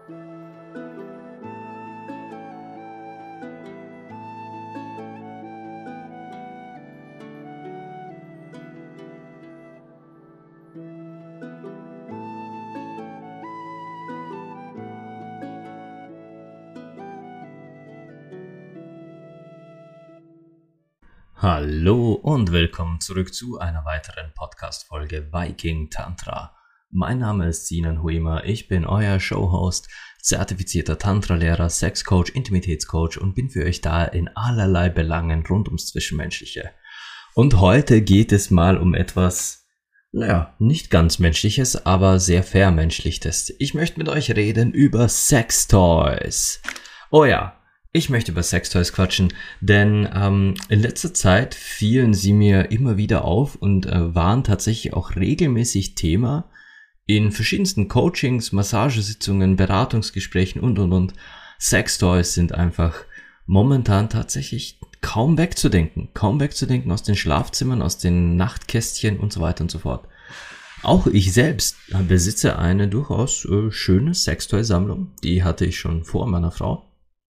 Hallo und willkommen zurück zu einer weiteren Podcast-Folge Viking Tantra. Mein Name ist Sinan Huima, ich bin euer Showhost, zertifizierter Tantra-Lehrer, Sexcoach, Intimitätscoach und bin für euch da in allerlei Belangen rund ums Zwischenmenschliche. Und heute geht es mal um etwas, nicht ganz Menschliches, aber sehr vermenschlichtes. Ich möchte mit euch reden über Sextoys. Oh ja. Ich möchte über Sextoys quatschen, denn in letzter Zeit fielen sie mir immer wieder auf und waren tatsächlich auch regelmäßig Thema in verschiedensten Coachings, Massagesitzungen, Beratungsgesprächen und. Sextoys sind einfach momentan tatsächlich kaum wegzudenken aus den Schlafzimmern, aus den Nachtkästchen und so weiter und so fort. Auch ich selbst besitze eine durchaus schöne Sextoy-Sammlung, die hatte ich schon vor meiner Frau.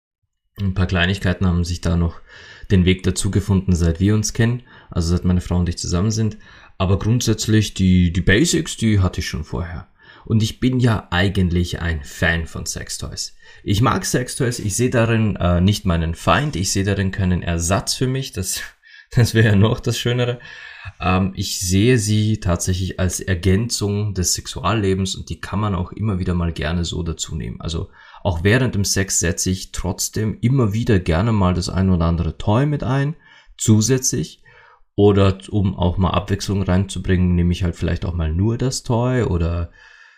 Ein paar Kleinigkeiten haben sich da noch den Weg dazu gefunden, seit wir uns kennen, also seit meine Frau und ich zusammen sind. Aber grundsätzlich die Basics, die hatte ich schon vorher. Und ich bin ja eigentlich ein Fan von Sextoys. Ich mag Sextoys, ich sehe darin nicht meinen Feind, ich sehe darin keinen Ersatz für mich, das wäre ja noch das Schönere. Ich sehe sie tatsächlich als Ergänzung des Sexuallebens und die kann man auch immer wieder mal gerne so dazu nehmen. Also auch während dem Sex setze ich trotzdem immer wieder gerne mal das ein oder andere Toy mit ein, zusätzlich. Oder um auch mal Abwechslung reinzubringen, nehme ich halt vielleicht auch mal nur das Toy oder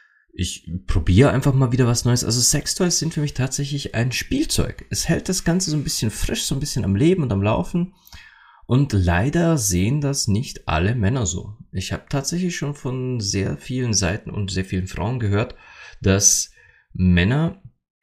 ich probiere einfach mal wieder was Neues. Also Sextoys sind für mich tatsächlich ein Spielzeug. Es hält das Ganze so ein bisschen frisch, so ein bisschen am Leben und am Laufen. Und leider sehen das nicht alle Männer so. Ich habe tatsächlich schon von sehr vielen Seiten und sehr vielen Frauen gehört, dass Männer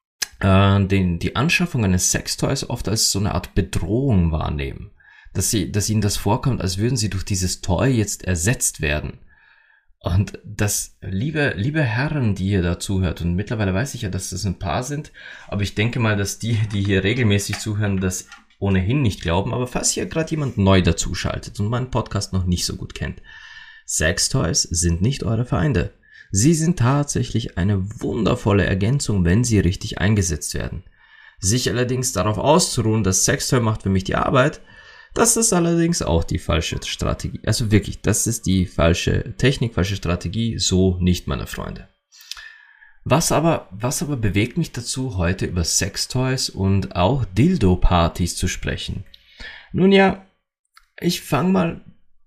die Anschaffung eines Sextoys oft als so eine Art Bedrohung wahrnehmen. Dass ihnen das vorkommt, als würden sie durch dieses Toy jetzt ersetzt werden. Und das, liebe Herren, die ihr da zuhört, und mittlerweile weiß ich ja, dass das ein Paar sind, aber ich denke mal, dass die hier regelmäßig zuhören, das ohnehin nicht glauben, aber falls hier gerade jemand neu dazuschaltet und meinen Podcast noch nicht so gut kennt, Sextoys sind nicht eure Feinde. Sie sind tatsächlich eine wundervolle Ergänzung, wenn sie richtig eingesetzt werden. Sich allerdings darauf auszuruhen, dass Sextoy macht für mich die Arbeit, das ist allerdings auch die falsche Strategie. Also wirklich, das ist die falsche Technik, falsche Strategie, so nicht, meine Freunde. Was aber bewegt mich dazu, heute über Sextoys und auch Dildo-Partys zu sprechen? Nun ja, ich fange mal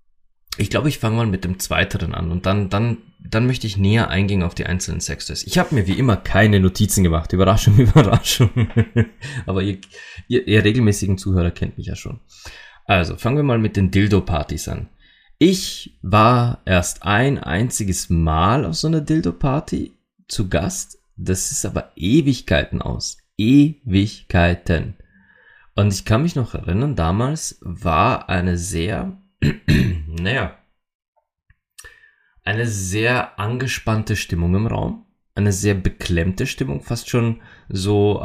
mit dem Zweiteren an und dann möchte ich näher eingehen auf die einzelnen Sextoys. Ich habe mir wie immer keine Notizen gemacht, Überraschung, Überraschung. Aber ihr regelmäßigen Zuhörer kennt mich ja schon. Also, fangen wir mal mit den Dildo-Partys an. Ich war erst ein einziges Mal auf so einer Dildo-Party zu Gast. Das ist aber Ewigkeiten aus. Ewigkeiten. Und ich kann mich noch erinnern, damals war eine sehr angespannte Stimmung im Raum, eine sehr beklemmte Stimmung, fast schon so,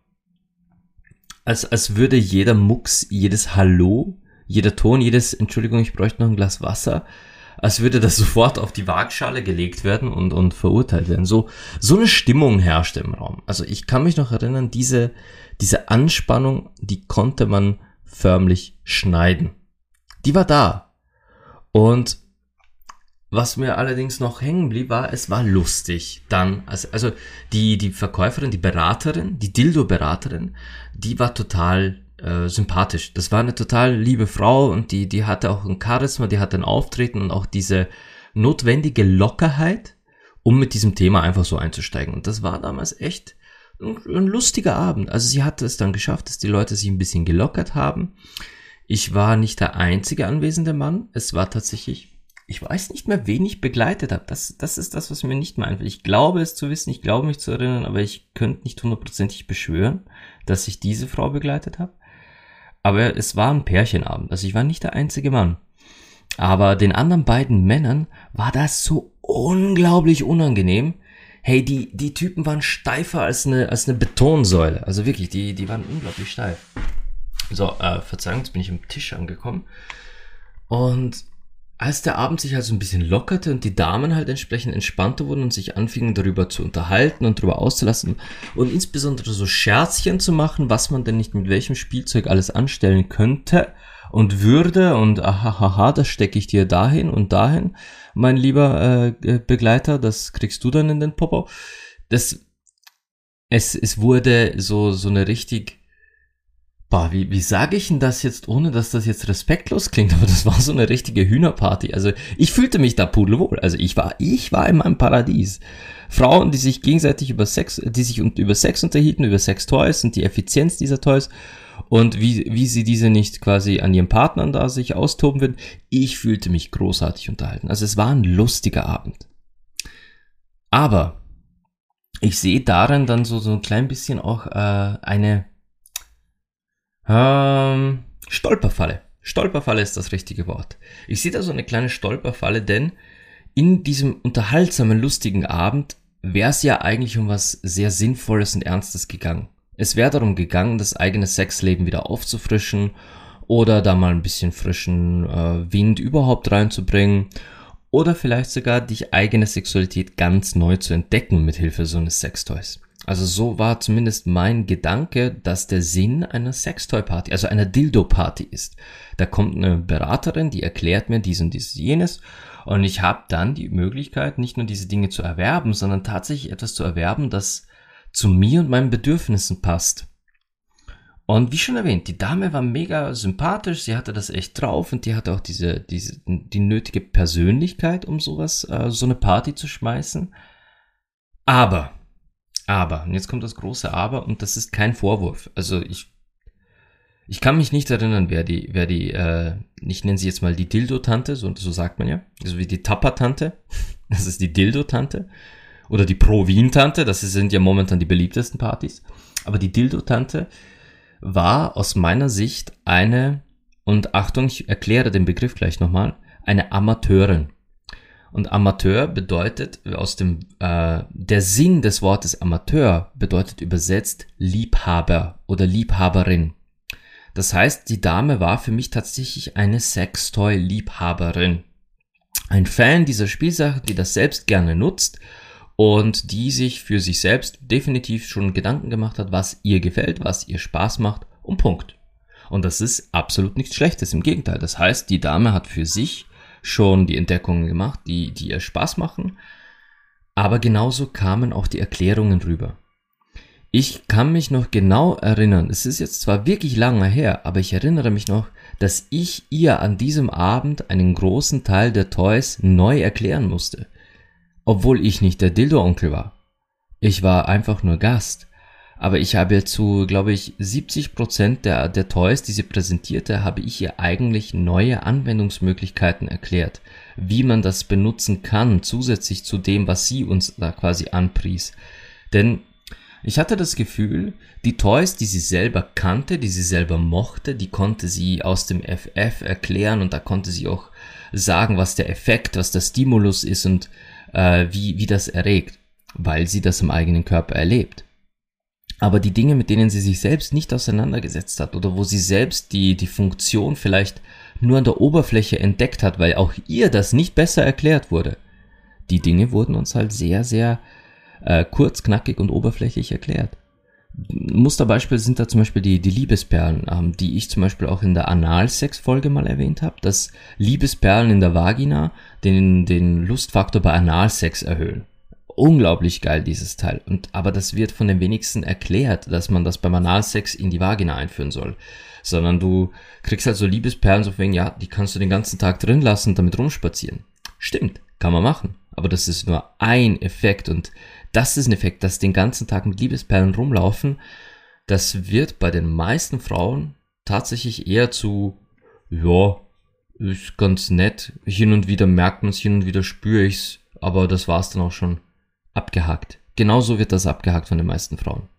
als würde jeder Mucks, jedes Hallo, jeder Ton, jedes Entschuldigung, ich bräuchte noch ein Glas Wasser, als würde das sofort auf die Waagschale gelegt werden und verurteilt werden. So eine Stimmung herrschte im Raum. Also ich kann mich noch erinnern, diese Anspannung, die konnte man förmlich schneiden. Die war da. Und was mir allerdings noch hängen blieb, war, es war lustig. Dann, also die Verkäuferin, die Beraterin, die Dildo-Beraterin, die war total sympathisch. Das war eine total liebe Frau und die hatte auch ein Charisma, die hatte ein Auftreten und auch diese notwendige Lockerheit, um mit diesem Thema einfach so einzusteigen. Und das war damals echt ein lustiger Abend. Also sie hatte es dann geschafft, dass die Leute sich ein bisschen gelockert haben. Ich war nicht der einzige anwesende Mann. Es war tatsächlich, ich weiß nicht mehr, wen ich begleitet habe. Das ist das, was mir nicht mehr einfällt. Ich glaube es zu wissen, ich glaube mich zu erinnern, aber ich könnte nicht hundertprozentig beschwören, dass ich diese Frau begleitet habe. Aber es war ein Pärchenabend, also ich war nicht der einzige Mann. Aber den anderen beiden Männern war das so unglaublich unangenehm. Hey, die Typen waren steifer als eine Betonsäule. Also wirklich, die waren unglaublich steif. So, Verzeihung, jetzt bin ich am Tisch angekommen. Und als der Abend sich also ein bisschen lockerte und die Damen halt entsprechend entspannter wurden und sich anfingen darüber zu unterhalten und darüber auszulassen und insbesondere so Scherzchen zu machen, was man denn nicht mit welchem Spielzeug alles anstellen könnte und würde und ahahaha, das stecke ich dir dahin und dahin, mein lieber Begleiter, das kriegst du dann in den Popo. Es wurde so eine richtig, wie sage ich denn das jetzt, ohne dass das jetzt respektlos klingt, aber das war so eine richtige Hühnerparty. Also ich fühlte mich da pudelwohl. Also ich war in meinem Paradies. Frauen, die sich gegenseitig über Sex unterhielten, über Sextoys und die Effizienz dieser Toys und wie sie diese nicht quasi an ihren Partnern da sich austoben würden. Ich fühlte mich großartig unterhalten. Also es war ein lustiger Abend. Aber ich sehe darin dann so ein klein bisschen auch eine Stolperfalle. Stolperfalle ist das richtige Wort. Ich sehe da so eine kleine Stolperfalle, denn in diesem unterhaltsamen, lustigen Abend wäre es ja eigentlich um was sehr Sinnvolles und Ernstes gegangen. Es wäre darum gegangen, das eigene Sexleben wieder aufzufrischen oder da mal ein bisschen frischen Wind überhaupt reinzubringen oder vielleicht sogar die eigene Sexualität ganz neu zu entdecken mit Hilfe so eines Sextoys. Also so war zumindest mein Gedanke, dass der Sinn einer Sextoy-Party, also einer Dildo-Party ist. Da kommt eine Beraterin, die erklärt mir dies und dies, jenes und ich habe dann die Möglichkeit, nicht nur diese Dinge zu erwerben, sondern tatsächlich etwas zu erwerben, das zu mir und meinen Bedürfnissen passt. Und wie schon erwähnt, die Dame war mega sympathisch, sie hatte das echt drauf und die hatte auch die nötige Persönlichkeit, um sowas, so eine Party zu schmeißen. Aber, und jetzt kommt das große Aber und das ist kein Vorwurf. Also ich kann mich nicht erinnern, wer die, ich nenne sie jetzt mal die Dildo-Tante, so sagt man ja, so wie die Tapper-Tante, das ist die Dildo-Tante oder die Pro-Wien-Tante, das sind ja momentan die beliebtesten Partys, aber die Dildo-Tante war aus meiner Sicht eine, und Achtung, ich erkläre den Begriff gleich nochmal, eine Amateurin. Und Amateur bedeutet der Sinn des Wortes Amateur bedeutet übersetzt Liebhaber oder Liebhaberin. Das heißt, die Dame war für mich tatsächlich eine Sextoy-Liebhaberin. Ein Fan dieser Spielsache, die das selbst gerne nutzt und die sich für sich selbst definitiv schon Gedanken gemacht hat, was ihr gefällt, was ihr Spaß macht und Punkt. Und das ist absolut nichts Schlechtes, im Gegenteil. Das heißt, die Dame hat für sich schon die Entdeckungen gemacht, die ihr Spaß machen, aber genauso kamen auch die Erklärungen rüber. Ich kann mich noch genau erinnern, es ist jetzt zwar wirklich lange her, aber ich erinnere mich noch, dass ich ihr an diesem Abend einen großen Teil der Toys neu erklären musste. Obwohl ich nicht der Dildo-Onkel war. Ich war einfach nur Gast. Aber ich habe zu, glaube ich, 70% der Toys, die sie präsentierte, habe ich ihr eigentlich neue Anwendungsmöglichkeiten erklärt. Wie man das benutzen kann, zusätzlich zu dem, was sie uns da quasi anpries. Denn ich hatte das Gefühl, die Toys, die sie selber kannte, die sie selber mochte, die konnte sie aus dem FF erklären und da konnte sie auch sagen, was der Effekt, was der Stimulus ist und wie das erregt, weil sie das im eigenen Körper erlebt. Aber die Dinge, mit denen sie sich selbst nicht auseinandergesetzt hat oder wo sie selbst die Funktion vielleicht nur an der Oberfläche entdeckt hat, weil auch ihr das nicht besser erklärt wurde, die Dinge wurden uns halt sehr, sehr kurz, knackig und oberflächlich erklärt. Musterbeispiel sind da zum Beispiel die Liebesperlen, die ich zum Beispiel auch in der Analsex-Folge mal erwähnt habe, dass Liebesperlen in der Vagina den Lustfaktor bei Analsex erhöhen. Unglaublich geil, dieses Teil. Aber das wird von den wenigsten erklärt, dass man das beim Analsex in die Vagina einführen soll. Sondern du kriegst halt so Liebesperlen, so wegen, ja, die kannst du den ganzen Tag drin lassen und damit rumspazieren. Stimmt, kann man machen. Aber das ist nur ein Effekt und das ist ein Effekt, dass den ganzen Tag mit Liebesperlen rumlaufen. Das wird bei den meisten Frauen tatsächlich eher zu, ja, ist ganz nett. Hin und wieder merkt man es, hin und wieder spüre ich's, aber das war's dann auch schon. Abgehakt. Genauso wird das abgehakt von den meisten Frauen.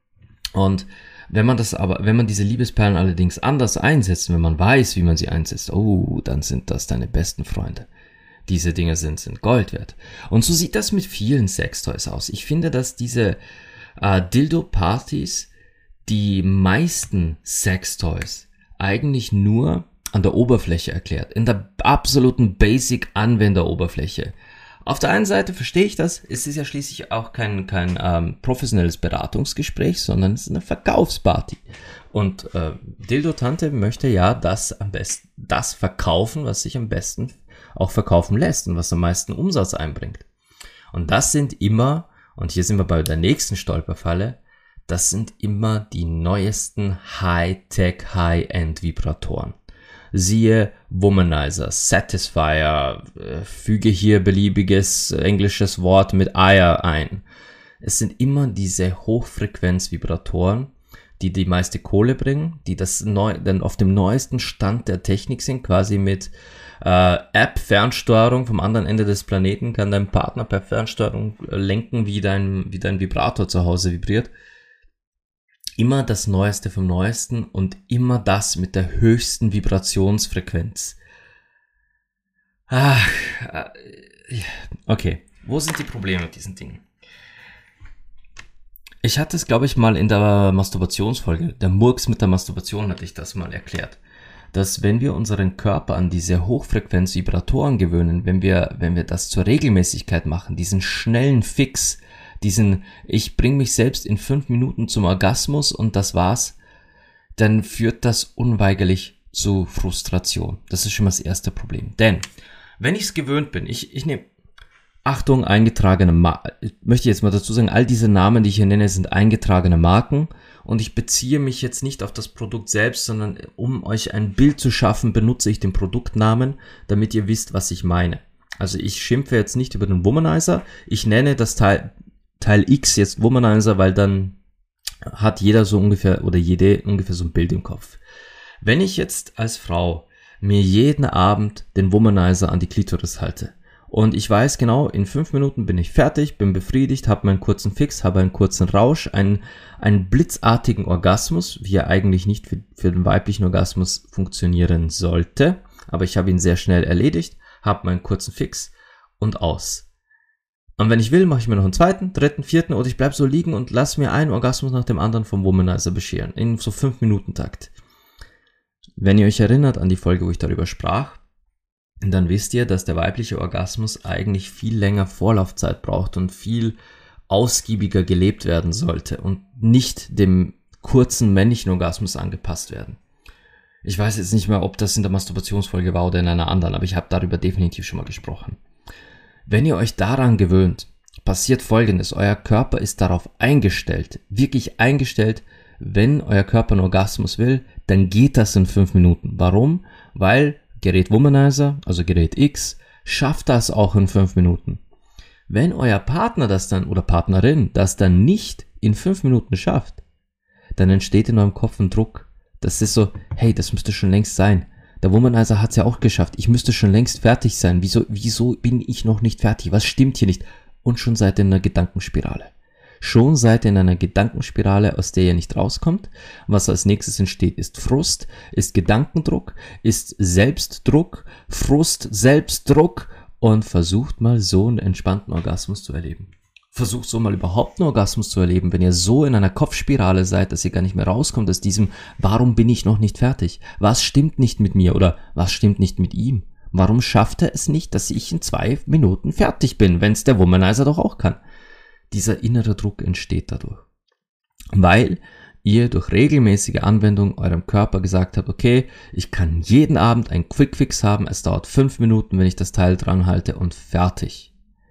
Und wenn man diese Liebesperlen allerdings anders einsetzt, wenn man weiß, wie man sie einsetzt, oh, dann sind das deine besten Freunde. Diese Dinge sind Gold wert. Und so sieht das mit vielen Sextoys aus. Ich finde, dass diese Dildo-Partys die meisten Sextoys eigentlich nur an der Oberfläche erklärt. In der absoluten Basic-Anwenderoberfläche. Auf der einen Seite verstehe ich das, es ist ja schließlich auch kein professionelles Beratungsgespräch, sondern es ist eine Verkaufsparty. Und Dildo-Tante möchte ja das verkaufen, was sich am besten auch verkaufen lässt und was am meisten Umsatz einbringt. Und das sind immer, und hier sind wir bei der nächsten Stolperfalle, das sind immer die neuesten High-Tech, High-End-Vibratoren. Siehe Womanizer, Satisfier, füge hier beliebiges englisches Wort mit Eier ein. Es sind immer diese Hochfrequenz-Vibratoren, die die meiste Kohle bringen, die dann auf dem neuesten Stand der Technik sind, quasi mit App-Fernsteuerung vom anderen Ende des Planeten, kann dein Partner per Fernsteuerung lenken, wie dein Vibrator zu Hause vibriert. Immer das Neueste vom Neuesten und immer das mit der höchsten Vibrationsfrequenz. Okay, wo sind die Probleme mit diesen Dingen? Ich hatte es, glaube ich, mal in der Masturbationsfolge, der Murks mit der Masturbation hatte ich das mal erklärt, dass wenn wir unseren Körper an diese Hochfrequenz-Vibratoren gewöhnen, wenn wir das zur Regelmäßigkeit machen, diesen schnellen Fix, ich bringe mich selbst in 5 Minuten zum Orgasmus und das war's, dann führt das unweigerlich zu Frustration. Das ist schon mal das erste Problem. Denn, wenn ich es gewöhnt bin, ich nehme, Achtung, eingetragene Marken, möchte ich jetzt mal dazu sagen, all diese Namen, die ich hier nenne, sind eingetragene Marken und ich beziehe mich jetzt nicht auf das Produkt selbst, sondern um euch ein Bild zu schaffen, benutze ich den Produktnamen, damit ihr wisst, was ich meine. Also ich schimpfe jetzt nicht über den Womanizer, ich nenne das Teil X jetzt Womanizer, weil dann hat jeder so ungefähr oder jede ungefähr so ein Bild im Kopf. Wenn ich jetzt als Frau mir jeden Abend den Womanizer an die Klitoris halte und ich weiß genau, in 5 Minuten bin ich fertig, bin befriedigt, habe meinen kurzen Fix, habe einen kurzen Rausch, einen blitzartigen Orgasmus, wie er eigentlich nicht für den weiblichen Orgasmus funktionieren sollte, aber ich habe ihn sehr schnell erledigt, habe meinen kurzen Fix und aus. Und wenn ich will, mache ich mir noch einen zweiten, dritten, vierten oder ich bleib so liegen und lass mir einen Orgasmus nach dem anderen vom Womanizer bescheren. In so 5-Minuten-Takt. Wenn ihr euch erinnert an die Folge, wo ich darüber sprach, dann wisst ihr, dass der weibliche Orgasmus eigentlich viel länger Vorlaufzeit braucht und viel ausgiebiger gelebt werden sollte und nicht dem kurzen männlichen Orgasmus angepasst werden. Ich weiß jetzt nicht mehr, ob das in der Masturbationsfolge war oder in einer anderen, aber ich habe darüber definitiv schon mal gesprochen. Wenn ihr euch daran gewöhnt, passiert Folgendes. Euer Körper ist darauf eingestellt, wirklich eingestellt, wenn euer Körper einen Orgasmus will, dann geht das in 5 Minuten. Warum? Weil Gerät Womanizer, also Gerät X, schafft das auch in 5 Minuten. Wenn euer Partner das dann oder Partnerin das dann nicht in 5 Minuten schafft, dann entsteht in eurem Kopf ein Druck. Das ist so, hey, das müsste schon längst sein. Der Womanizer hat es ja auch geschafft. Ich müsste schon längst fertig sein. Wieso bin ich noch nicht fertig? Was stimmt hier nicht? Und schon seid ihr in einer Gedankenspirale. Schon seid ihr in einer Gedankenspirale, aus der ihr nicht rauskommt. Was als nächstes entsteht, ist Frust, ist Gedankendruck, ist Selbstdruck, Frust, Selbstdruck und versucht mal so einen entspannten Orgasmus zu erleben. Versucht so mal überhaupt einen Orgasmus zu erleben, wenn ihr so in einer Kopfspirale seid, dass ihr gar nicht mehr rauskommt aus diesem, warum bin ich noch nicht fertig? Was stimmt nicht mit mir oder was stimmt nicht mit ihm? Warum schafft er es nicht, dass ich in 2 Minuten fertig bin, wenn es der Womanizer doch auch kann? Dieser innere Druck entsteht dadurch. Weil ihr durch regelmäßige Anwendung eurem Körper gesagt habt, okay, ich kann jeden Abend einen Quickfix haben, es dauert 5 Minuten, wenn ich das Teil dran halte und fertig.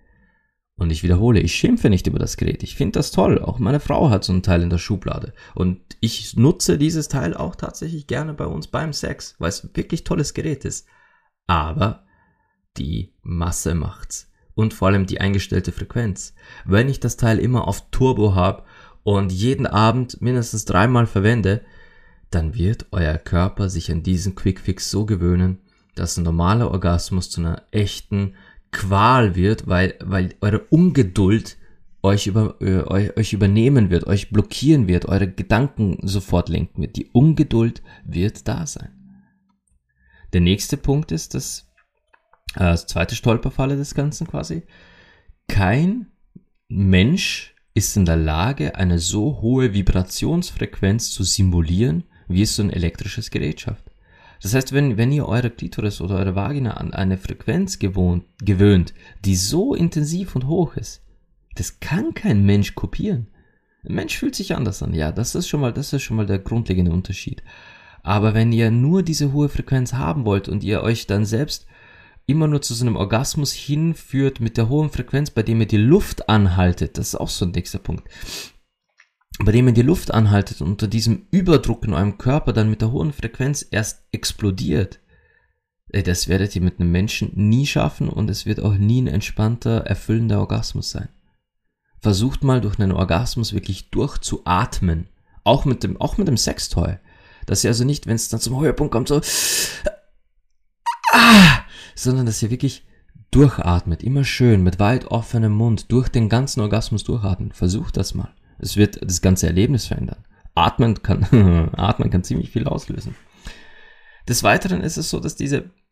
Und ich wiederhole, ich schimpfe nicht über das Gerät. Ich finde das toll. Auch meine Frau hat so ein Teil in der Schublade. Und ich nutze dieses Teil auch tatsächlich gerne bei uns beim Sex, weil es ein wirklich tolles Gerät ist. Aber die Masse macht's. Und vor allem die eingestellte Frequenz. Wenn ich das Teil immer auf Turbo habe und jeden Abend mindestens 3-mal verwende, dann wird euer Körper sich an diesen Quickfix so gewöhnen, dass ein normaler Orgasmus zu einer echten Qual wird, weil eure Ungeduld euch übernehmen wird, euch blockieren wird, eure Gedanken sofort lenken wird. Die Ungeduld wird da sein. Der nächste Punkt ist, dass Zweite Stolperfalle des Ganzen quasi. Kein Mensch ist in der Lage, eine so hohe Vibrationsfrequenz zu simulieren, wie es so ein elektrisches Gerät schafft. Das heißt, wenn ihr eure Klitoris oder eure Vagina an eine Frequenz gewöhnt, die so intensiv und hoch ist, das kann kein Mensch kopieren. Ein Mensch fühlt sich anders an, ja, das ist schon mal der grundlegende Unterschied. Aber wenn ihr nur diese hohe Frequenz haben wollt und ihr euch dann selbst immer nur zu so einem Orgasmus hinführt mit der hohen Frequenz, bei dem ihr die Luft anhaltet, das ist auch so ein nächster Punkt, bei dem ihr die Luft anhaltet und unter diesem Überdruck in eurem Körper dann mit der hohen Frequenz erst explodiert, das werdet ihr mit einem Menschen nie schaffen und es wird auch nie ein entspannter, erfüllender Orgasmus sein. Versucht mal durch einen Orgasmus wirklich durchzuatmen, auch mit dem Sextoy, dass ihr also nicht, wenn es dann zum Höhepunkt kommt, so sondern dass ihr wirklich durchatmet, immer schön, mit weit offenem Mund, durch den ganzen Orgasmus durchatmen. Versucht das mal. Es wird das ganze Erlebnis verändern. Atmen kann ziemlich viel auslösen. Des Weiteren ist es so, dass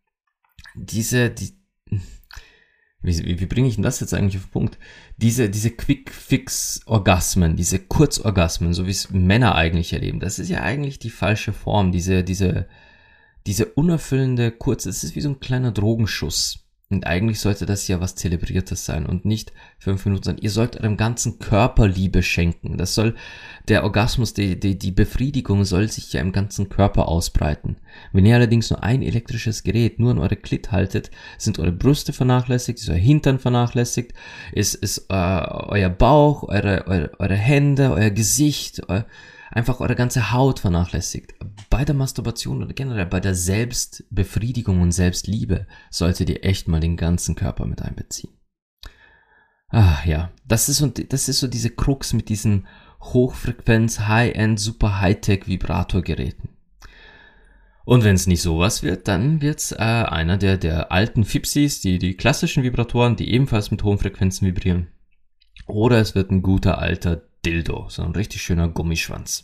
wie bringe ich denn das jetzt eigentlich auf den Punkt? Diese Quick-Fix-Orgasmen, diese Kurzorgasmen, so wie es Männer eigentlich erleben, das ist ja eigentlich die falsche Form. Diese unerfüllende Kurze, es ist wie so ein kleiner Drogenschuss. Und eigentlich sollte das ja was Zelebriertes sein und nicht 5 Minuten sein. Ihr sollt eurem ganzen Körper Liebe schenken. Das soll, der Orgasmus, die Befriedigung soll sich ja im ganzen Körper ausbreiten. Wenn ihr allerdings nur ein elektrisches Gerät nur an eure Klit haltet, sind eure Brüste vernachlässigt, ist euer Hintern vernachlässigt, ist euer Bauch, eure Hände, euer Gesicht, einfach eure ganze Haut vernachlässigt. Bei der Masturbation oder generell bei der Selbstbefriedigung und Selbstliebe solltet ihr echt mal den ganzen Körper mit einbeziehen. Ja, das ist so diese Krux mit diesen Hochfrequenz, High-End, super Hightech Vibratorgeräten. Und wenn es nicht sowas wird, dann wird's einer der alten Fipsis, die klassischen Vibratoren, die ebenfalls mit hohen Frequenzen vibrieren. Oder es wird ein guter alter Dildo, so ein richtig schöner Gummischwanz.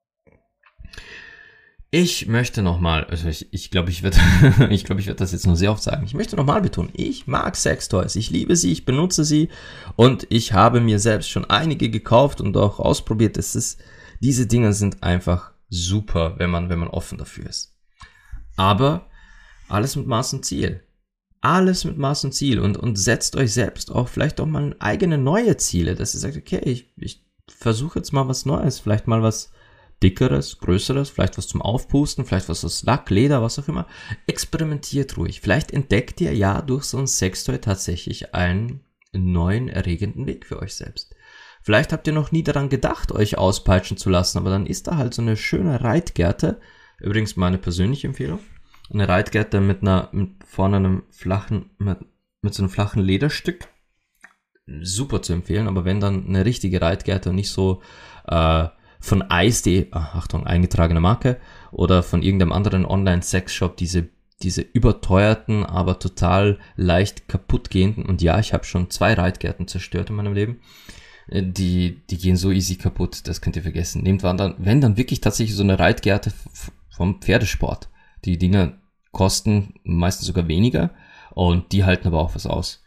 Ich möchte nochmal, also ich glaube, ich werde das jetzt noch sehr oft sagen. Ich möchte nochmal betonen, ich mag Sextoys, ich liebe sie, ich benutze sie und ich habe mir selbst schon einige gekauft und auch ausprobiert. Diese Dinge sind einfach super, wenn man offen dafür ist. Aber alles mit Maß und Ziel. Alles mit Maß und Ziel und setzt euch selbst auch vielleicht auch mal eigene neue Ziele, dass ihr sagt, okay, ich versuche jetzt mal was Neues, vielleicht mal was Dickeres, Größeres, vielleicht was zum Aufpusten, vielleicht was aus Lack, Leder, was auch immer. Experimentiert ruhig. Vielleicht entdeckt ihr ja durch so ein Sextoy tatsächlich einen neuen, erregenden Weg für euch selbst. Vielleicht habt ihr noch nie daran gedacht, euch auspeitschen zu lassen, aber dann ist da halt so eine schöne Reitgerte, übrigens meine persönliche Empfehlung, eine Reitgerte mit so einem flachen Lederstück, super zu empfehlen, aber wenn dann eine richtige Reitgerte und nicht so von Ice.de, Achtung, eingetragene Marke, oder von irgendeinem anderen Online-Sex-Shop, diese überteuerten, aber total leicht kaputtgehenden, und ja, ich habe schon 2 Reitgärten zerstört in meinem Leben, die gehen so easy kaputt, das könnt ihr vergessen. Nehmt wenn dann wirklich tatsächlich so eine Reitgerte vom Pferdesport. Die Dinger kosten meistens sogar weniger und die halten aber auch was aus.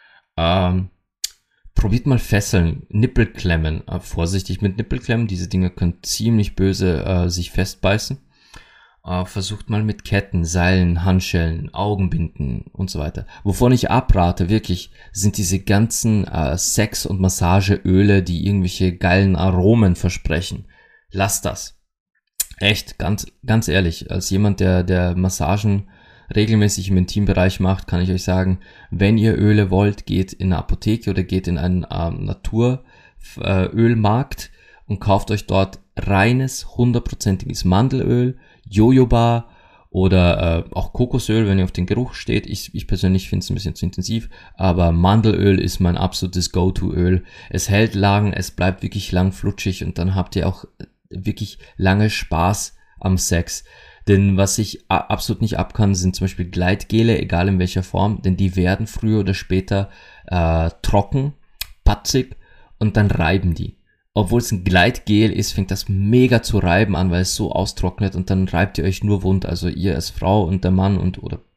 Probiert mal Fesseln, Nippelklemmen. Vorsichtig mit Nippelklemmen, diese Dinger können ziemlich böse sich festbeißen. Versucht mal mit Ketten, Seilen, Handschellen, Augenbinden und so weiter. Wovon ich abrate, wirklich, sind diese ganzen Sex- und Massageöle, die irgendwelche geilen Aromen versprechen. Lasst das. Echt, ganz ehrlich, als jemand, der Massagen regelmäßig im Intimbereich macht, kann ich euch sagen, wenn ihr Öle wollt, geht in eine Apotheke oder geht in einen Naturölmarkt und kauft euch dort reines, 100%iges Mandelöl, Jojoba oder auch Kokosöl, wenn ihr auf den Geruch steht. Ich persönlich finde es ein bisschen zu intensiv, aber Mandelöl ist mein absolutes Go-To-Öl. Es hält lang, es bleibt wirklich lang flutschig und dann habt ihr auch wirklich lange Spaß am Sex. Denn was ich absolut nicht ab kann, sind zum Beispiel Gleitgele, egal in welcher Form, denn die werden früher oder später trocken, patzig und dann reiben die. Obwohl es ein Gleitgel ist, fängt das mega zu reiben an, weil es so austrocknet und dann reibt ihr euch nur wund. Also ihr als Frau und der Mann oder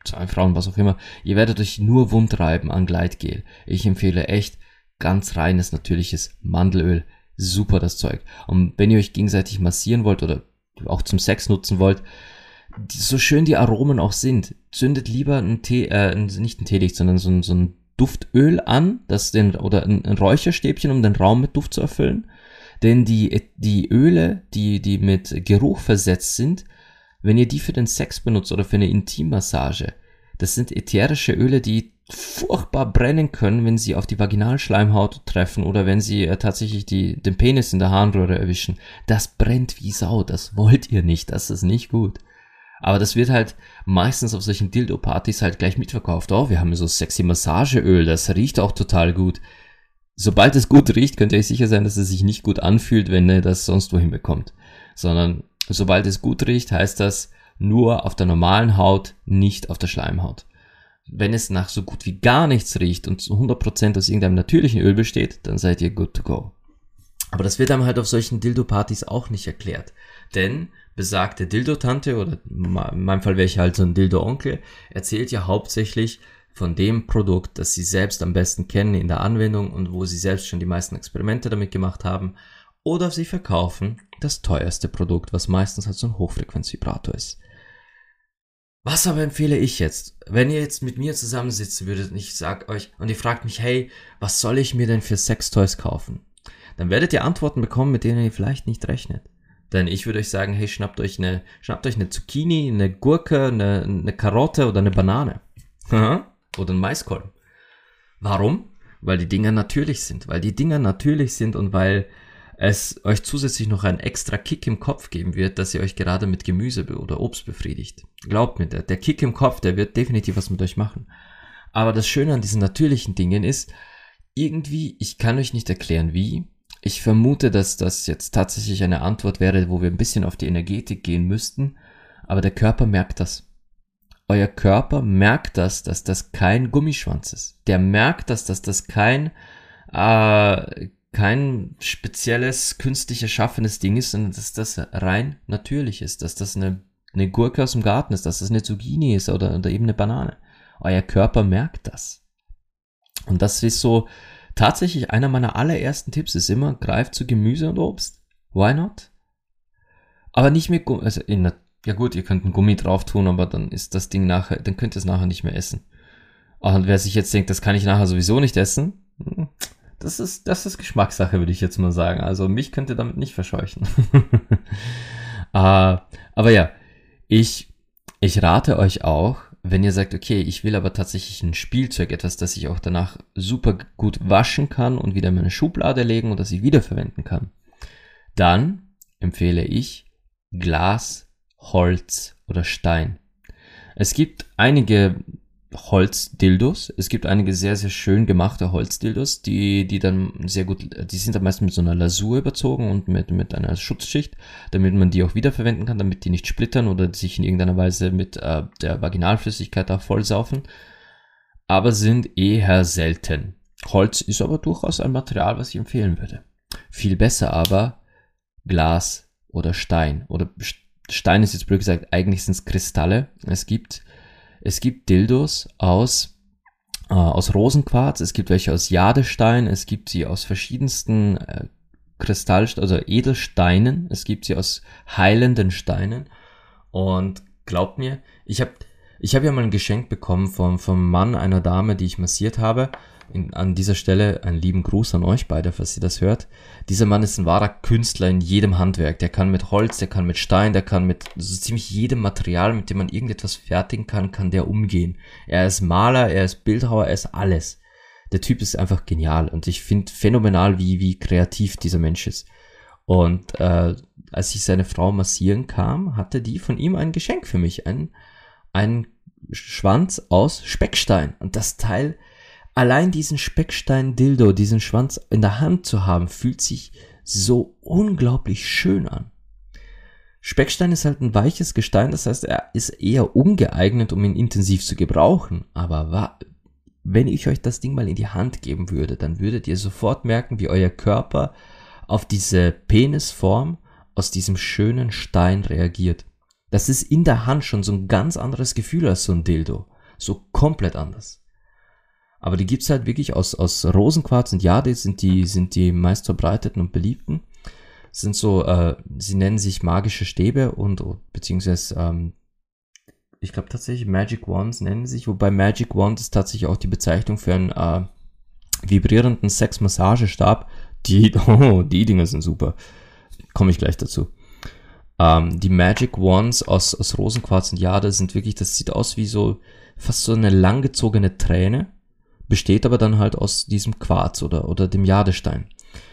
2 Frauen, was auch immer, ihr werdet euch nur wund reiben an Gleitgel. Ich empfehle echt ganz reines, natürliches Mandelöl. Super das Zeug. Und wenn ihr euch gegenseitig massieren wollt oder auch zum Sex nutzen wollt, so schön die Aromen auch sind, zündet lieber nicht ein Teelicht, sondern so ein Duftöl an, oder ein Räucherstäbchen, um den Raum mit Duft zu erfüllen. Denn die Öle, die mit Geruch versetzt sind, wenn ihr die für den Sex benutzt oder für eine Intimmassage, das sind ätherische Öle, die furchtbar brennen können, wenn sie auf die Vaginalschleimhaut treffen oder wenn sie tatsächlich den Penis in der Harnröhre erwischen. Das brennt wie Sau, das wollt ihr nicht, das ist nicht gut. Aber das wird halt meistens auf solchen Dildo-Partys halt gleich mitverkauft. Oh, wir haben so sexy Massageöl, das riecht auch total gut. Sobald es gut riecht, könnt ihr euch sicher sein, dass es sich nicht gut anfühlt, wenn ihr das sonst wohin bekommt. Sondern sobald es gut riecht, heißt das nur auf der normalen Haut, nicht auf der Schleimhaut. Wenn es nach so gut wie gar nichts riecht und zu 100% aus irgendeinem natürlichen Öl besteht, dann seid ihr good to go. Aber das wird einem halt auf solchen Dildo-Partys auch nicht erklärt. Denn besagte Dildo-Tante, oder in meinem Fall wäre ich halt so ein Dildo-Onkel, erzählt ja hauptsächlich von dem Produkt, das sie selbst am besten kennen in der Anwendung und wo sie selbst schon die meisten Experimente damit gemacht haben. Oder sie verkaufen das teuerste Produkt, was meistens halt so ein Hochfrequenzvibrator ist. Was aber empfehle ich jetzt? Wenn ihr jetzt mit mir zusammensitzen würdet und ich sag euch, und ihr fragt mich, hey, was soll ich mir denn für Sextoys kaufen? Dann werdet ihr Antworten bekommen, mit denen ihr vielleicht nicht rechnet. Denn ich würde euch sagen, hey, schnappt euch eine Zucchini, eine Gurke, eine Karotte oder eine Banane. Oder einen Maiskolben. Warum? Weil die Dinger natürlich sind. Und weil es euch zusätzlich noch einen extra Kick im Kopf geben wird, dass ihr euch gerade mit Gemüse oder Obst befriedigt. Glaubt mir, der Kick im Kopf, der wird definitiv was mit euch machen. Aber das Schöne an diesen natürlichen Dingen ist, irgendwie, ich kann euch nicht erklären wie. Ich vermute, dass das jetzt tatsächlich eine Antwort wäre, wo wir ein bisschen auf die Energetik gehen müssten. Aber der Körper merkt das. Euer Körper merkt das, dass das kein Gummischwanz ist. Der merkt das, dass das kein spezielles, künstlich erschaffenes Ding ist, sondern dass das rein natürlich ist. Dass das eine Gurke aus dem Garten ist, dass das eine Zucchini ist oder eben eine Banane. Euer Körper merkt das. Und das ist so tatsächlich einer meiner allerersten Tipps ist immer, greift zu Gemüse und Obst. Why not? Aber nicht mit Gummi, ja gut, ihr könnt einen Gummi drauf tun, aber dann ist das Ding dann könnt ihr es nachher nicht mehr essen. Und wer sich jetzt denkt, das kann ich nachher sowieso nicht essen, das ist Geschmackssache, würde ich jetzt mal sagen. Also mich könnt ihr damit nicht verscheuchen. Aber ja, ich rate euch auch, wenn ihr sagt, okay, ich will aber tatsächlich ein Spielzeug, etwas, das ich auch danach super gut waschen kann und wieder in meine Schublade legen und das ich wiederverwenden kann, dann empfehle ich Glas, Holz oder Stein. Es gibt einige Holzdildos, es gibt einige sehr, sehr schön gemachte Holzdildos, die dann sehr gut, die sind dann meistens mit so einer Lasur überzogen und mit einer Schutzschicht, damit man die auch wiederverwenden kann, damit die nicht splittern oder sich in irgendeiner Weise mit der Vaginalflüssigkeit auch vollsaufen, aber sind eher selten. Holz ist aber durchaus ein Material, was ich empfehlen würde. Viel besser aber Glas oder Stein. Oder Stein ist jetzt blöd gesagt, eigentlich sind es Kristalle. Es gibt Dildos aus Rosenquarz, es gibt welche aus Jadestein, es gibt sie aus verschiedensten also Edelsteinen, es gibt sie aus heilenden Steinen. Und glaubt mir, ich hab ja mal ein Geschenk bekommen vom Mann einer Dame, die ich massiert habe. An dieser Stelle einen lieben Gruß an euch beide, falls ihr das hört. Dieser Mann ist ein wahrer Künstler in jedem Handwerk. Der kann mit Holz, der kann mit Stein, der kann mit so ziemlich jedem Material, mit dem man irgendetwas fertigen kann der umgehen. Er ist Maler, er ist Bildhauer, er ist alles. Der Typ ist einfach genial und ich finde phänomenal, wie kreativ dieser Mensch ist. Und als ich seine Frau massieren kam, hatte die von ihm ein Geschenk für mich. Ein Schwanz aus Speckstein. Und das Teil, allein diesen Speckstein-Dildo, diesen Schwanz in der Hand zu haben, fühlt sich so unglaublich schön an. Speckstein ist halt ein weiches Gestein, das heißt, er ist eher ungeeignet, um ihn intensiv zu gebrauchen. Aber wenn ich euch das Ding mal in die Hand geben würde, dann würdet ihr sofort merken, wie euer Körper auf diese Penisform aus diesem schönen Stein reagiert. Das ist in der Hand schon so ein ganz anderes Gefühl als so ein Dildo. So komplett anders. Aber die gibt's halt wirklich aus Rosenquarz und Jade sind die meist verbreiteten und beliebten. Sind so, sie nennen sich magische Stäbe beziehungsweise, ich glaube tatsächlich Magic Wands nennen sich, wobei Magic Wand ist tatsächlich auch die Bezeichnung für einen vibrierenden Sexmassagestab. Die Dinger sind super. Komme ich gleich dazu. Die Magic Wands aus Rosenquarz und Jade sind wirklich, das sieht aus wie so, fast so eine langgezogene Träne, besteht aber dann halt aus diesem Quarz oder dem Jadestein.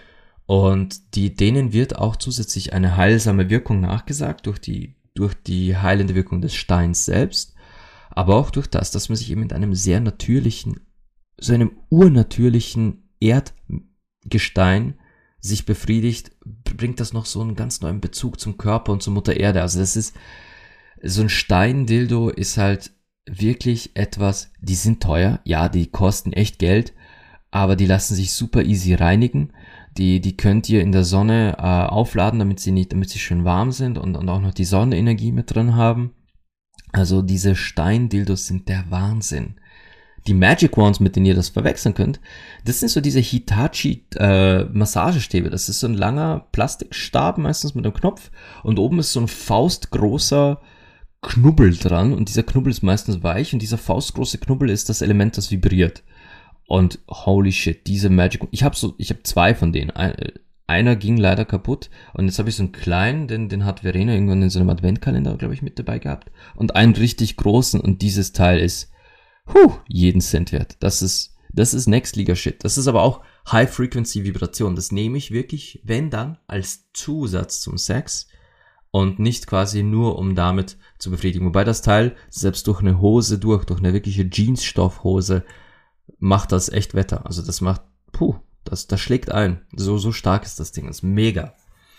Und denen wird auch zusätzlich eine heilsame Wirkung nachgesagt durch die heilende Wirkung des Steins selbst, aber auch durch das, dass man sich eben mit einem sehr natürlichen, so einem urnatürlichen Erdgestein sich befriedigt, bringt das noch so einen ganz neuen Bezug zum Körper und zur Mutter Erde. Also das ist, so ein Stein-Dildo ist halt wirklich etwas, die sind teuer, ja, die kosten echt Geld, aber die lassen sich super easy reinigen. Die könnt ihr in der Sonne aufladen, damit sie schön warm sind und auch noch die Sonnenenergie mit drin haben. Also diese Stein-Dildos sind der Wahnsinn. Die Magic Wands, mit denen ihr das verwechseln könnt, das sind so diese Hitachi Massagestäbe. Das ist so ein langer Plastikstab, meistens mit einem Knopf. Und oben ist so ein faustgroßer Knubbel dran. Und dieser Knubbel ist meistens weich. Und dieser faustgroße Knubbel ist das Element, das vibriert. Und holy shit, diese Magic... Ich habe zwei von denen. Einer ging leider kaputt. Und jetzt habe ich so einen kleinen, den hat Verena irgendwann in so einem Adventkalender, glaube ich, mit dabei gehabt. Und einen richtig großen. Und dieses Teil ist jeden Cent wert. Das ist Next-Liga-Shit. Das ist aber auch High-Frequency-Vibration. Das nehme ich wirklich, wenn dann, als Zusatz zum Sex und nicht quasi nur, um damit zu befriedigen. Wobei das Teil, selbst durch eine Hose durch eine wirkliche Jeans-Stoffhose, macht das echt Wetter. Also das macht, das schlägt ein. So stark ist das Ding. Das ist mega.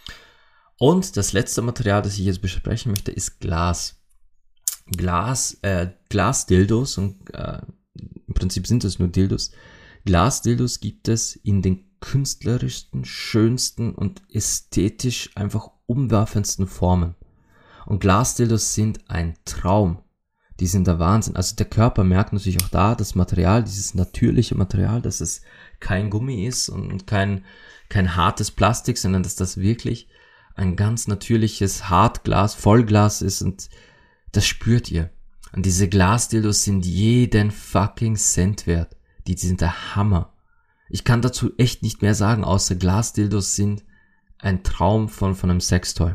Und das letzte Material, das ich jetzt besprechen möchte, ist Glas. Glasdildos, und im Prinzip sind es nur Dildos. Glasdildos gibt es in den künstlerischsten, schönsten und ästhetisch einfach umwerfendsten Formen. Und Glasdildos sind ein Traum. Die sind der Wahnsinn. Also der Körper merkt natürlich auch da das Material, dieses natürliche Material, dass es kein Gummi ist und kein hartes Plastik, sondern dass das wirklich ein ganz natürliches Hartglas, Vollglas ist, und das spürt ihr. Und diese Glasdildos sind jeden fucking Cent wert. Die sind der Hammer. Ich kann dazu echt nicht mehr sagen, außer Glasdildos sind ein Traum von einem Sextoy.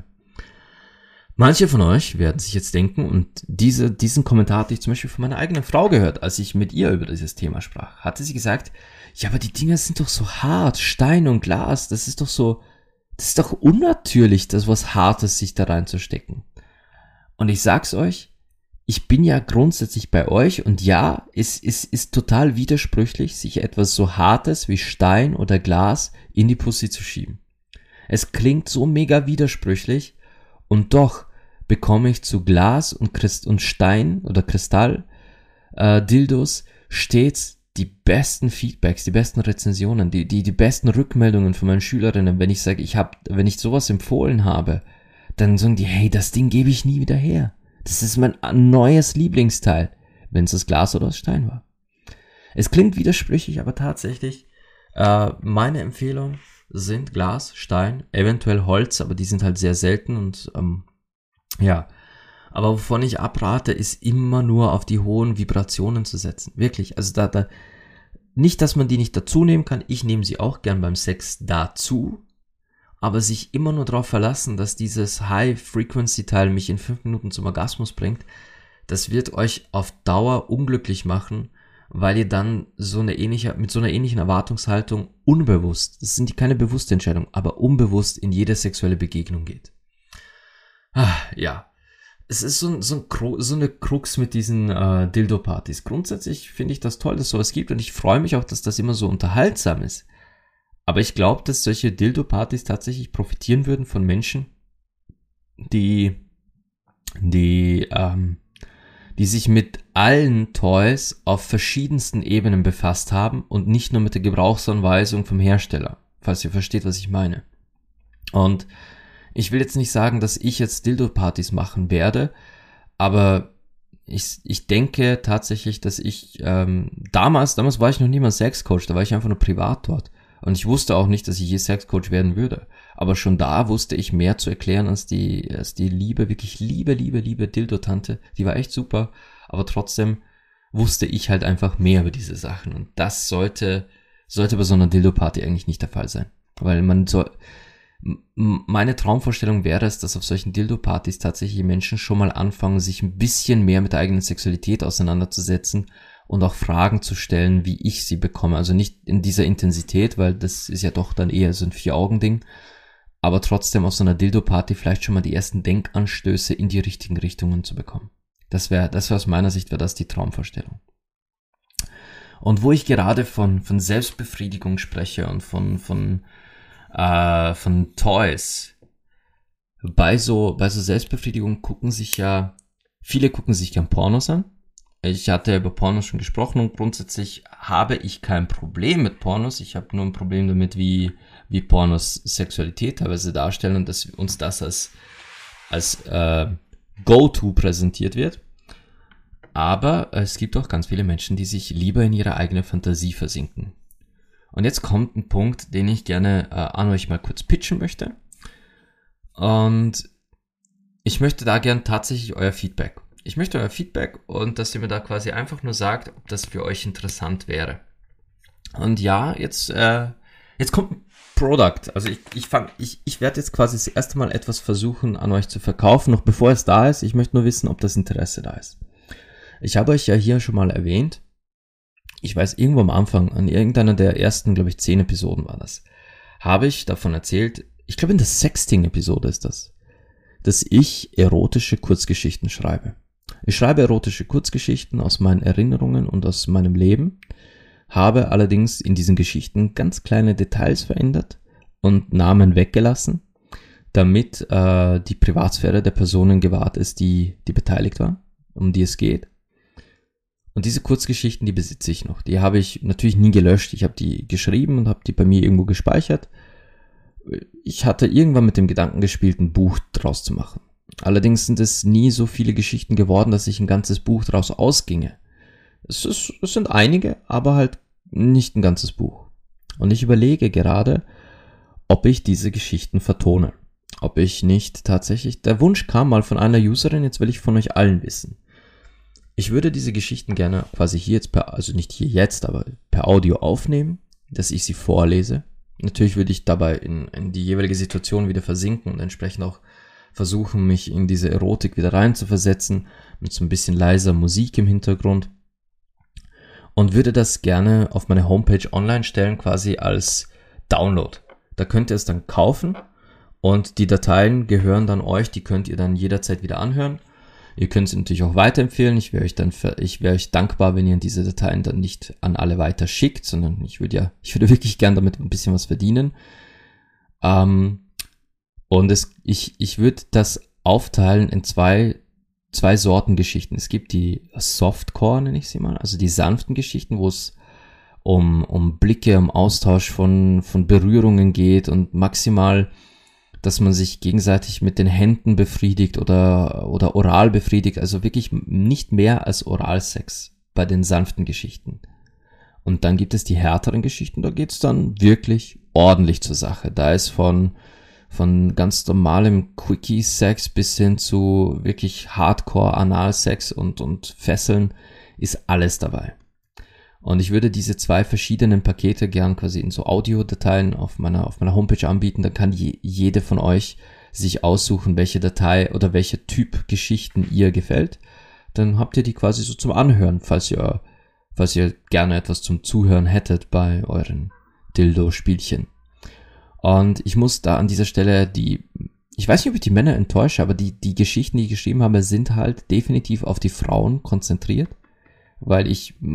Manche von euch werden sich jetzt denken, und diesen Kommentar hatte ich zum Beispiel von meiner eigenen Frau gehört, als ich mit ihr über dieses Thema sprach. Hatte sie gesagt, ja, aber die Dinger sind doch so hart, Stein und Glas, das ist doch unnatürlich, das was Hartes sich da reinzustecken. Und ich sag's euch, ich bin ja grundsätzlich bei euch, und ja, es ist total widersprüchlich, sich etwas so Hartes wie Stein oder Glas in die Pussy zu schieben. Es klingt so mega widersprüchlich, und doch bekomme ich zu Glas und Stein oder Kristall Dildos stets die besten Feedbacks, die besten Rezensionen, die besten Rückmeldungen von meinen Schülerinnen, wenn ich sage, wenn ich sowas empfohlen habe, dann sagen die, hey, das Ding gebe ich nie wieder her. Das ist mein neues Lieblingsteil, wenn es das Glas oder das Stein war. Es klingt widersprüchlich, aber tatsächlich, meine Empfehlung sind Glas, Stein, eventuell Holz, aber die sind halt sehr selten und ja. Aber wovon ich abrate, ist immer nur auf die hohen Vibrationen zu setzen. Wirklich, also da nicht, dass man die nicht dazu nehmen kann. Ich nehme sie auch gern beim Sex dazu. Aber sich immer nur darauf verlassen, dass dieses High-Frequency-Teil mich in 5 Minuten zum Orgasmus bringt, das wird euch auf Dauer unglücklich machen, weil ihr dann mit so einer ähnlichen Erwartungshaltung unbewusst, das sind keine bewusste Entscheidung, aber unbewusst in jede sexuelle Begegnung geht. Ja, es ist so eine Krux mit diesen Dildo-Partys. Grundsätzlich finde ich das toll, dass es sowas gibt, und ich freue mich auch, dass das immer so unterhaltsam ist. Aber ich glaube, dass solche Dildo-Partys tatsächlich profitieren würden von Menschen, die sich mit allen Toys auf verschiedensten Ebenen befasst haben und nicht nur mit der Gebrauchsanweisung vom Hersteller, falls ihr versteht, was ich meine. Und ich will jetzt nicht sagen, dass ich jetzt Dildo-Partys machen werde, aber ich denke tatsächlich, dass ich, damals war ich noch nie mal Sexcoach, da war ich einfach nur privat dort. Und ich wusste auch nicht, dass ich je Sexcoach werden würde. Aber schon da wusste ich mehr zu erklären als die liebe, wirklich liebe Dildo-Tante. Die war echt super. Aber trotzdem wusste ich halt einfach mehr über diese Sachen. Und das sollte bei so einer Dildo-Party eigentlich nicht der Fall sein. Weil meine Traumvorstellung wäre es, dass auf solchen Dildo-Partys tatsächlich Menschen schon mal anfangen, sich ein bisschen mehr mit der eigenen Sexualität auseinanderzusetzen und auch Fragen zu stellen, wie ich sie bekomme. Also nicht in dieser Intensität, weil das ist ja doch dann eher so ein 4-Augen-Ding, aber trotzdem auf so einer Dildo-Party vielleicht schon mal die ersten Denkanstöße in die richtigen Richtungen zu bekommen. Das wäre aus meiner Sicht wäre das die Traumvorstellung. Und wo ich gerade von Selbstbefriedigung spreche und von Toys, bei so Selbstbefriedigung viele gucken sich gern Pornos an. Ich hatte ja über Pornos schon gesprochen und grundsätzlich habe ich kein Problem mit Pornos. Ich habe nur ein Problem damit, wie Pornos Sexualität teilweise darstellen und dass uns das als Go-To präsentiert wird. Aber es gibt auch ganz viele Menschen, die sich lieber in ihre eigene Fantasie versinken. Und jetzt kommt ein Punkt, den ich gerne an euch mal kurz pitchen möchte. Und ich möchte da gern tatsächlich euer Feedback. Ich möchte euer Feedback und dass ihr mir da quasi einfach nur sagt, ob das für euch interessant wäre. Und ja, jetzt kommt ein Product. Also ich werde jetzt quasi das erste Mal etwas versuchen an euch zu verkaufen, noch bevor es da ist. Ich möchte nur wissen, ob das Interesse da ist. Ich habe euch ja hier schon mal erwähnt, ich weiß, irgendwo am Anfang, an irgendeiner der ersten, glaube ich, 10 Episoden war das, habe ich davon erzählt, ich glaube in der Sexting-Episode ist das, dass ich erotische Kurzgeschichten schreibe. Ich schreibe erotische Kurzgeschichten aus meinen Erinnerungen und aus meinem Leben, habe allerdings in diesen Geschichten ganz kleine Details verändert und Namen weggelassen, damit die Privatsphäre der Personen gewahrt ist, die beteiligt war, um die es geht. Und diese Kurzgeschichten, die besitze ich noch. Die habe ich natürlich nie gelöscht. Ich habe die geschrieben und habe die bei mir irgendwo gespeichert. Ich hatte irgendwann mit dem Gedanken gespielt, ein Buch draus zu machen. Allerdings sind es nie so viele Geschichten geworden, dass ich ein ganzes Buch draus ausginge. Es sind einige, aber halt nicht ein ganzes Buch. Und ich überlege gerade, ob ich diese Geschichten vertone. Ob ich nicht tatsächlich, der Wunsch kam mal von einer Userin, jetzt will ich von euch allen wissen. Ich würde diese Geschichten gerne quasi hier jetzt also nicht hier jetzt, aber per Audio aufnehmen, dass ich sie vorlese. Natürlich würde ich dabei in die jeweilige Situation wieder versinken und entsprechend auch versuchen, mich in diese Erotik wieder reinzuversetzen, mit so ein bisschen leiser Musik im Hintergrund. Und würde das gerne auf meine Homepage online stellen, quasi als Download. Da könnt ihr es dann kaufen und die Dateien gehören dann euch, die könnt ihr dann jederzeit wieder anhören. Ihr könnt es natürlich auch weiterempfehlen. Ich wäre euch dankbar, wenn ihr diese Dateien dann nicht an alle weiter schickt, sondern ich würde wirklich gern damit ein bisschen was verdienen. Und ich würde das aufteilen in zwei Sorten Geschichten. Es gibt die Softcore, nenne ich sie mal, also die sanften Geschichten, wo es um Blicke, um Austausch von Berührungen geht und maximal, dass man sich gegenseitig mit den Händen befriedigt oder oral befriedigt, also wirklich nicht mehr als Oralsex bei den sanften Geschichten. Und dann gibt es die härteren Geschichten, da geht's dann wirklich ordentlich zur Sache. Da ist von ganz normalem Quickie-Sex bis hin zu wirklich Hardcore-Anal-Sex und Fesseln ist alles dabei. Und ich würde diese 2 verschiedenen Pakete gern quasi in so Audiodateien auf meiner Homepage anbieten. Dann kann jede von euch sich aussuchen, welche Datei oder welcher Typ Geschichten ihr gefällt. Dann habt ihr die quasi so zum Anhören, falls ihr gerne etwas zum Zuhören hättet bei euren Dildo-Spielchen. Und ich muss da an dieser Stelle ich weiß nicht, ob ich die Männer enttäusche, aber die Geschichten, die ich geschrieben habe, sind halt definitiv auf die Frauen konzentriert. Weil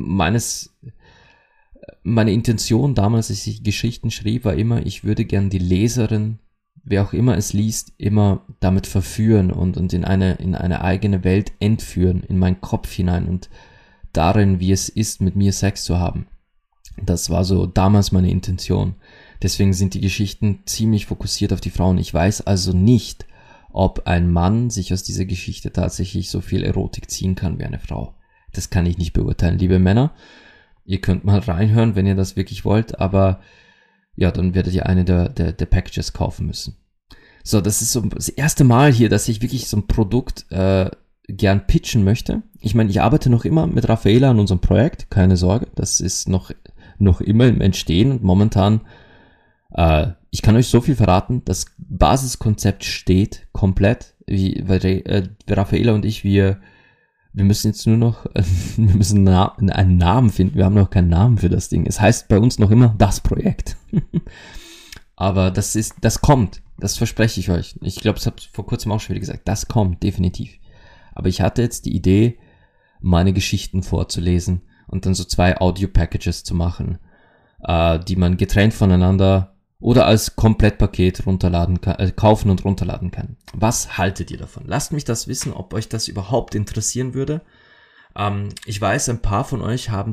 meine Intention damals, als ich Geschichten schrieb, war immer, ich würde gern die Leserin, wer auch immer es liest, immer damit verführen und in eine eigene Welt entführen, in meinen Kopf hinein und darin, wie es ist, mit mir Sex zu haben. Das war so damals meine Intention. Deswegen sind die Geschichten ziemlich fokussiert auf die Frauen. Ich weiß also nicht, ob ein Mann sich aus dieser Geschichte tatsächlich so viel Erotik ziehen kann wie eine Frau. Das kann ich nicht beurteilen, liebe Männer. Ihr könnt mal reinhören, wenn ihr das wirklich wollt, aber ja, dann werdet ihr eine der Packages kaufen müssen. So, das ist so das erste Mal hier, dass ich wirklich so ein Produkt gern pitchen möchte. Ich meine, ich arbeite noch immer mit Raffaela an unserem Projekt, keine Sorge, das ist noch immer im Entstehen und momentan, ich kann euch so viel verraten, das Basiskonzept steht komplett, weil Raffaela und ich, wir müssen jetzt nur noch, wir müssen einen Namen finden, wir haben noch keinen Namen für das Ding. Es heißt bei uns noch immer das Projekt. Aber das kommt, das verspreche ich euch. Ich glaube, das habe ich vor kurzem auch schon wieder gesagt, das kommt, definitiv. Aber ich hatte jetzt die Idee, meine Geschichten vorzulesen und dann so 2 Audio-Packages zu machen, die man getrennt voneinander oder als Komplettpaket kaufen und runterladen kann. Was haltet ihr davon? Lasst mich das wissen, ob euch das überhaupt interessieren würde. Ich weiß, ein paar von euch haben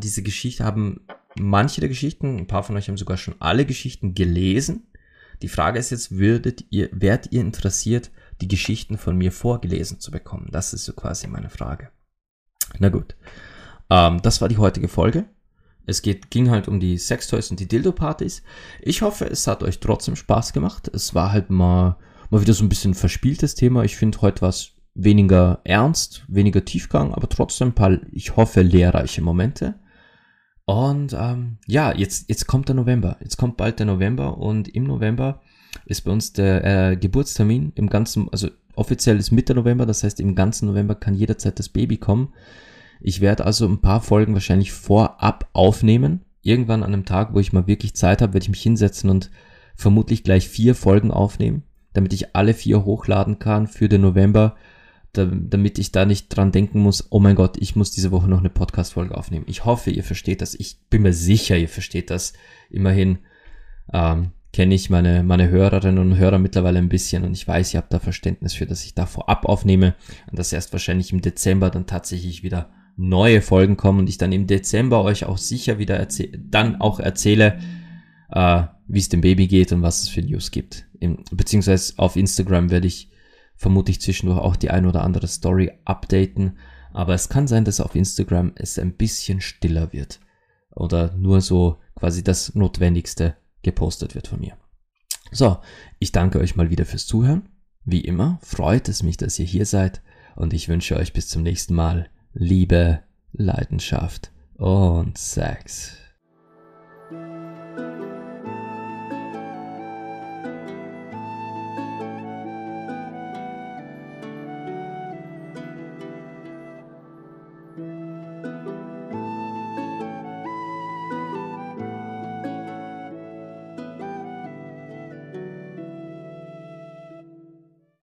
manche der Geschichten, ein paar von euch haben sogar schon alle Geschichten gelesen. Die Frage ist jetzt, werdet ihr interessiert, die Geschichten von mir vorgelesen zu bekommen? Das ist so quasi meine Frage. Na gut, das war die heutige Folge. Es ging halt um die Sextoys und die Dildo-Partys. Ich hoffe, es hat euch trotzdem Spaß gemacht. Es war halt mal wieder so ein bisschen ein verspieltes Thema. Ich finde, heute war es weniger ernst, weniger Tiefgang, aber trotzdem ein paar, ich hoffe, lehrreiche Momente. Und ja, jetzt kommt der November. Jetzt kommt bald der November und im November ist bei uns der Geburtstermin im ganzen, also offiziell ist Mitte November, das heißt im ganzen November kann jederzeit das Baby kommen. Ich werde also ein paar Folgen wahrscheinlich vorab aufnehmen. Irgendwann an einem Tag, wo ich mal wirklich Zeit habe, werde ich mich hinsetzen und vermutlich gleich 4 Folgen aufnehmen, damit ich alle 4 hochladen kann für den November, damit ich da nicht dran denken muss, oh mein Gott, ich muss diese Woche noch eine Podcast-Folge aufnehmen. Ich hoffe, ihr versteht das. Ich bin mir sicher, ihr versteht das. Immerhin kenne ich meine Hörerinnen und Hörer mittlerweile ein bisschen und ich weiß, ihr habt da Verständnis für, dass ich da vorab aufnehme und dass erst wahrscheinlich im Dezember dann tatsächlich wieder neue Folgen kommen und ich dann im Dezember euch auch sicher wieder erzähle, wie es dem Baby geht und was es für News gibt. Beziehungsweise auf Instagram werde ich vermutlich zwischendurch auch die ein oder andere Story updaten, aber es kann sein, dass auf Instagram es ein bisschen stiller wird oder nur so quasi das Notwendigste gepostet wird von mir. So, ich danke euch mal wieder fürs Zuhören. Wie immer freut es mich, dass ihr hier seid und ich wünsche euch bis zum nächsten Mal Liebe, Leidenschaft und Sex.